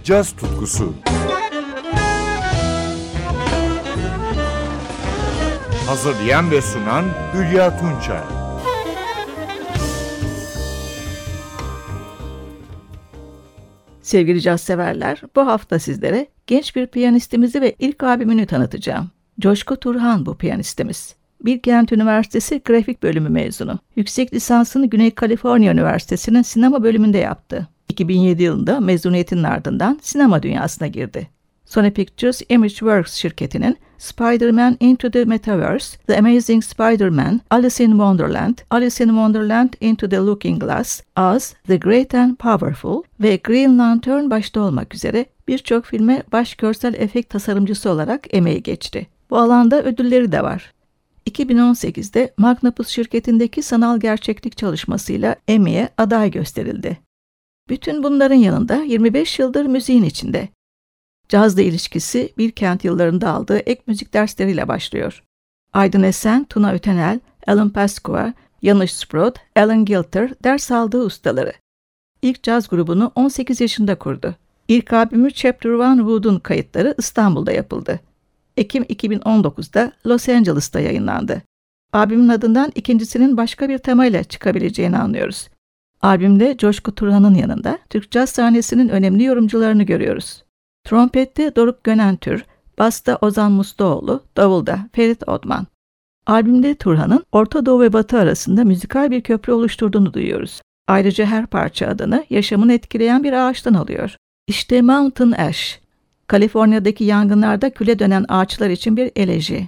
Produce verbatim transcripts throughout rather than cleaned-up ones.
caz tutkusu. Hazırlayan ve sunan Hülya Tunçay. Sevgili caz severler, bu hafta sizlere genç bir piyanistimizi ve ilk albümünü tanıtacağım. Coşku Turhan bu piyanistimiz. Bilkent Üniversitesi Grafik Bölümü mezunu. Yüksek lisansını Güney Kaliforniya Üniversitesi'nin sinema bölümünde yaptı. iki bin yedi yılında mezuniyetinin ardından sinema dünyasına girdi. Sony Pictures Imageworks şirketinin Spider-Man Into the Metaverse, The Amazing Spider-Man, Alice in Wonderland, Alice in Wonderland Into the Looking Glass, Oz, The Great and Powerful ve Green Lantern başta olmak üzere birçok filme baş görsel efekt tasarımcısı olarak emeği geçti. Bu alanda ödülleri de var. iki bin on sekizde Magnapus şirketindeki sanal gerçeklik çalışmasıyla Emmy'ye aday gösterildi. Bütün bunların yanında yirmi beş yıldır müziğin içinde. Cazla ilişkisi Bilkent yıllarında aldığı ek müzik dersleriyle başlıyor. Aydın Esen, Tuna Ötenel, Alan Pasqua, Janusz Sprod, Alan Gilter ders aldığı ustaları. İlk caz grubunu on sekiz yaşında kurdu. İlk albümü Chapter One Wood'un kayıtları İstanbul'da yapıldı. Ekim iki bin on dokuzda Los Angeles'ta yayınlandı. Albümün adından ikincisinin başka bir temayla çıkabileceğini anlıyoruz. Albümde Coşku Turhan'ın yanında Türk caz sahnesinin önemli yorumcularını görüyoruz. Trompette Doruk Gönentür, basta Ozan Musluoğlu, davulda Ferit Odman. Albümde Turhan'ın Orta Doğu ve Batı arasında müzikal bir köprü oluşturduğunu duyuyoruz. Ayrıca her parça adını yaşamını etkileyen bir ağaçtan alıyor. İşte Mountain Ash, Kaliforniya'daki yangınlarda küle dönen ağaçlar için bir eleji.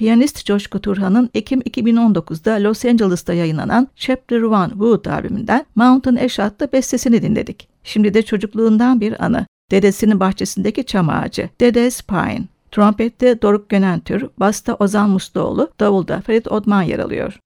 piyanist Coşku Turhan'ın Ekim iki bin on dokuzda Los Angeles'ta yayınlanan Chapter One Wood albümünden Mountain Ash adlı bestesini dinledik. Şimdi de çocukluğundan bir anı. Dedesinin bahçesindeki çam ağacı, Dede's Pine. Trompette Doruk Gönentür, basta Ozan Musluoğlu, davulda Ferit Odman yer alıyor.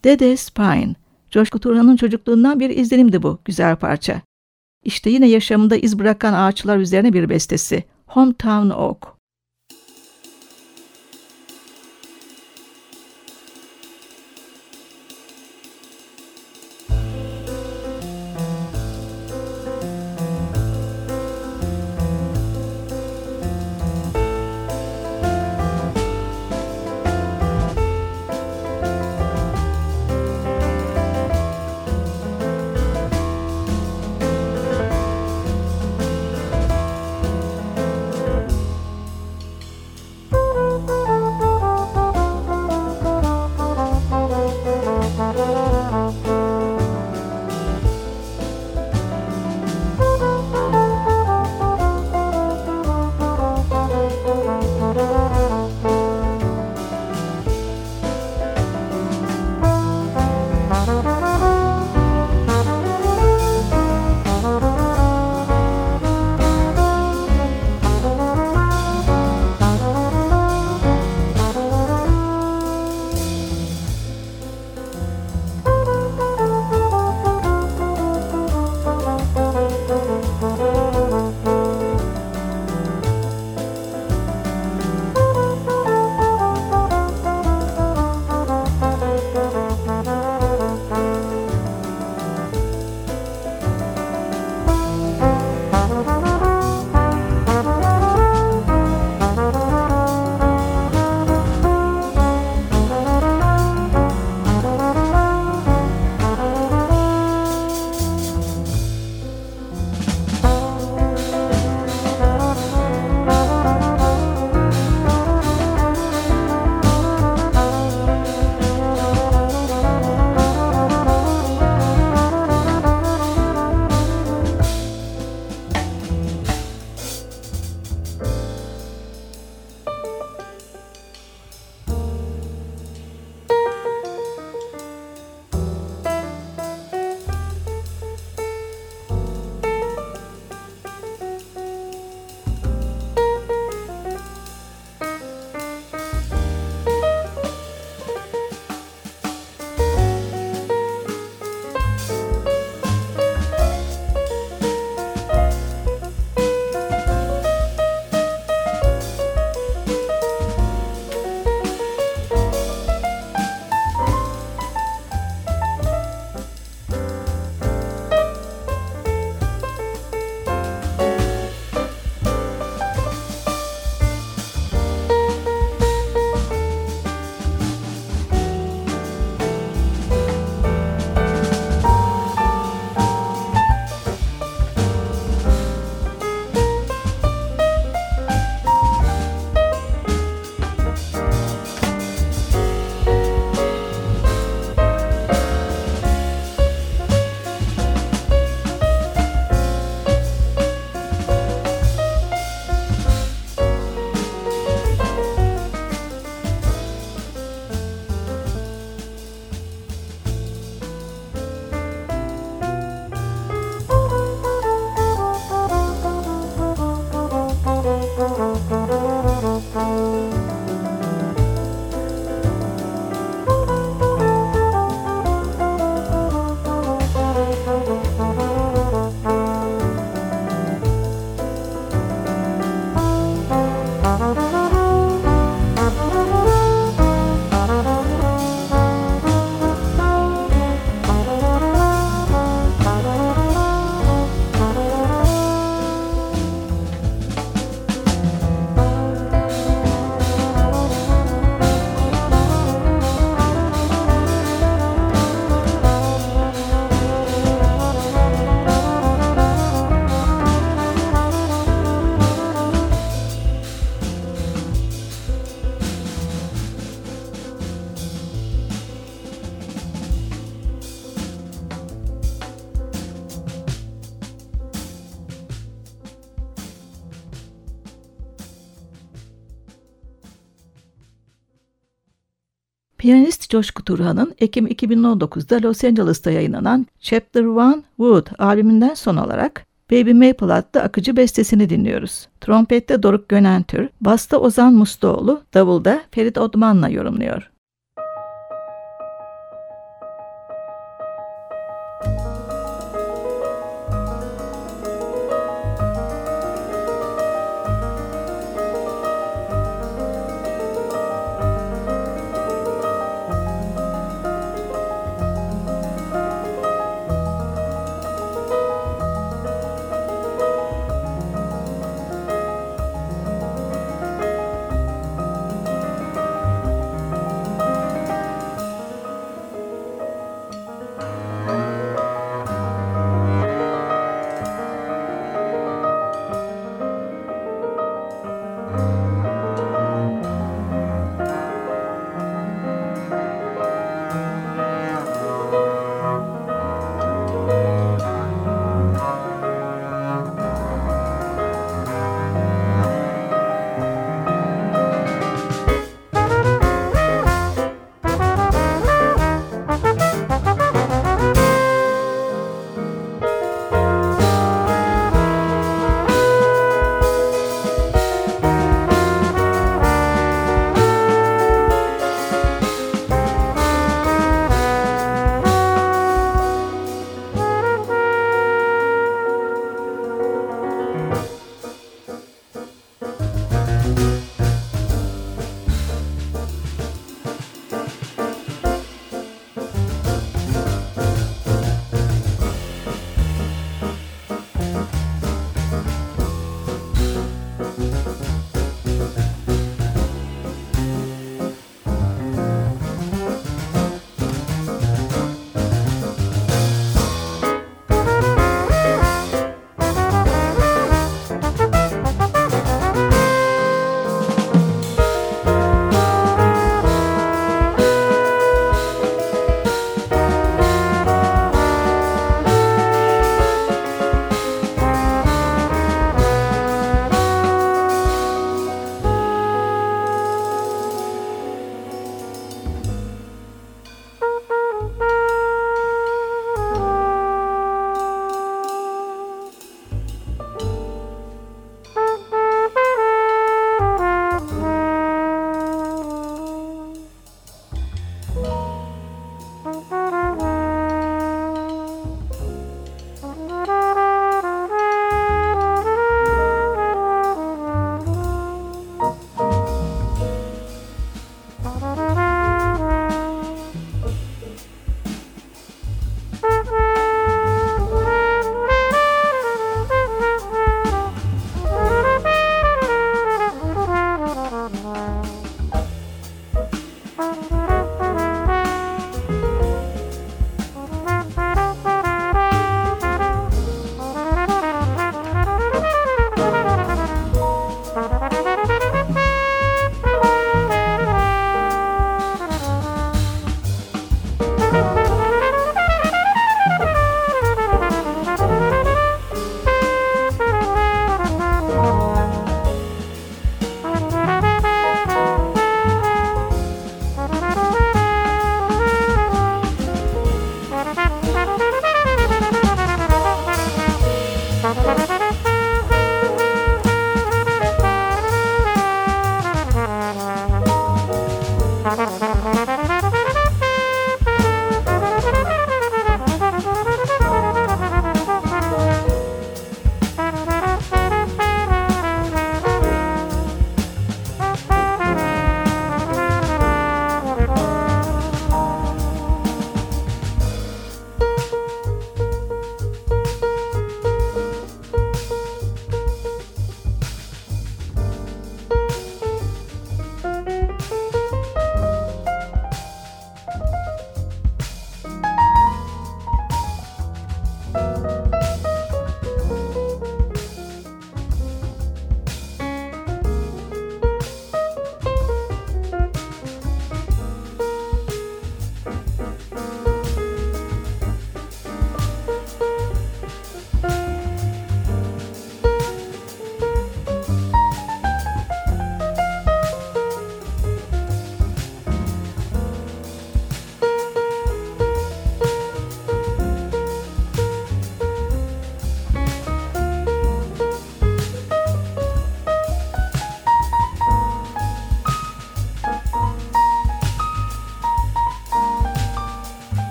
Dede's Pine. Coşkun Turhan'ın çocukluğundan bir izlenimdi bu güzel parça. İşte yine yaşamında iz bırakan ağaçlar üzerine bir bestesi. Hometown Oak. Piyanist Coşkun Turhan'ın Ekim iki bin on dokuzda Los Angeles'ta yayınlanan Chapter One Wood albümünden son olarak Baby Maple adlı akıcı bestesini dinliyoruz. Trompette Doruk Gönentür, basta Ozan Musluoğlu, davulda Ferit Odman'la yorumluyor.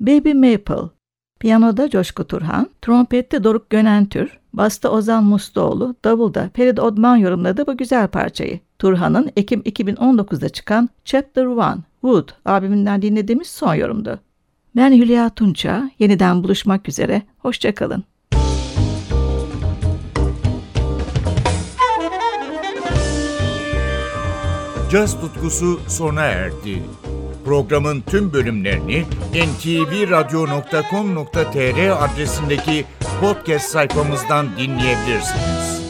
Baby Maple. Piyanoda Coşku Turhan, trompette Doruk Gönentür, basta Ozan Musluoğlu, davulda Ferit Odman yorumladı bu güzel parçayı. Turhan'ın Ekim iki bin on dokuzda çıkan Chapter bir, Wood albümünden dinlediğimiz son yorumdu. Ben Hülya Tunça, yeniden buluşmak üzere, hoşça kalın. Caz tutkusu sona erdi. Programın tüm bölümlerini en te ve radyo nokta com nokta tr adresindeki podcast sayfamızdan dinleyebilirsiniz.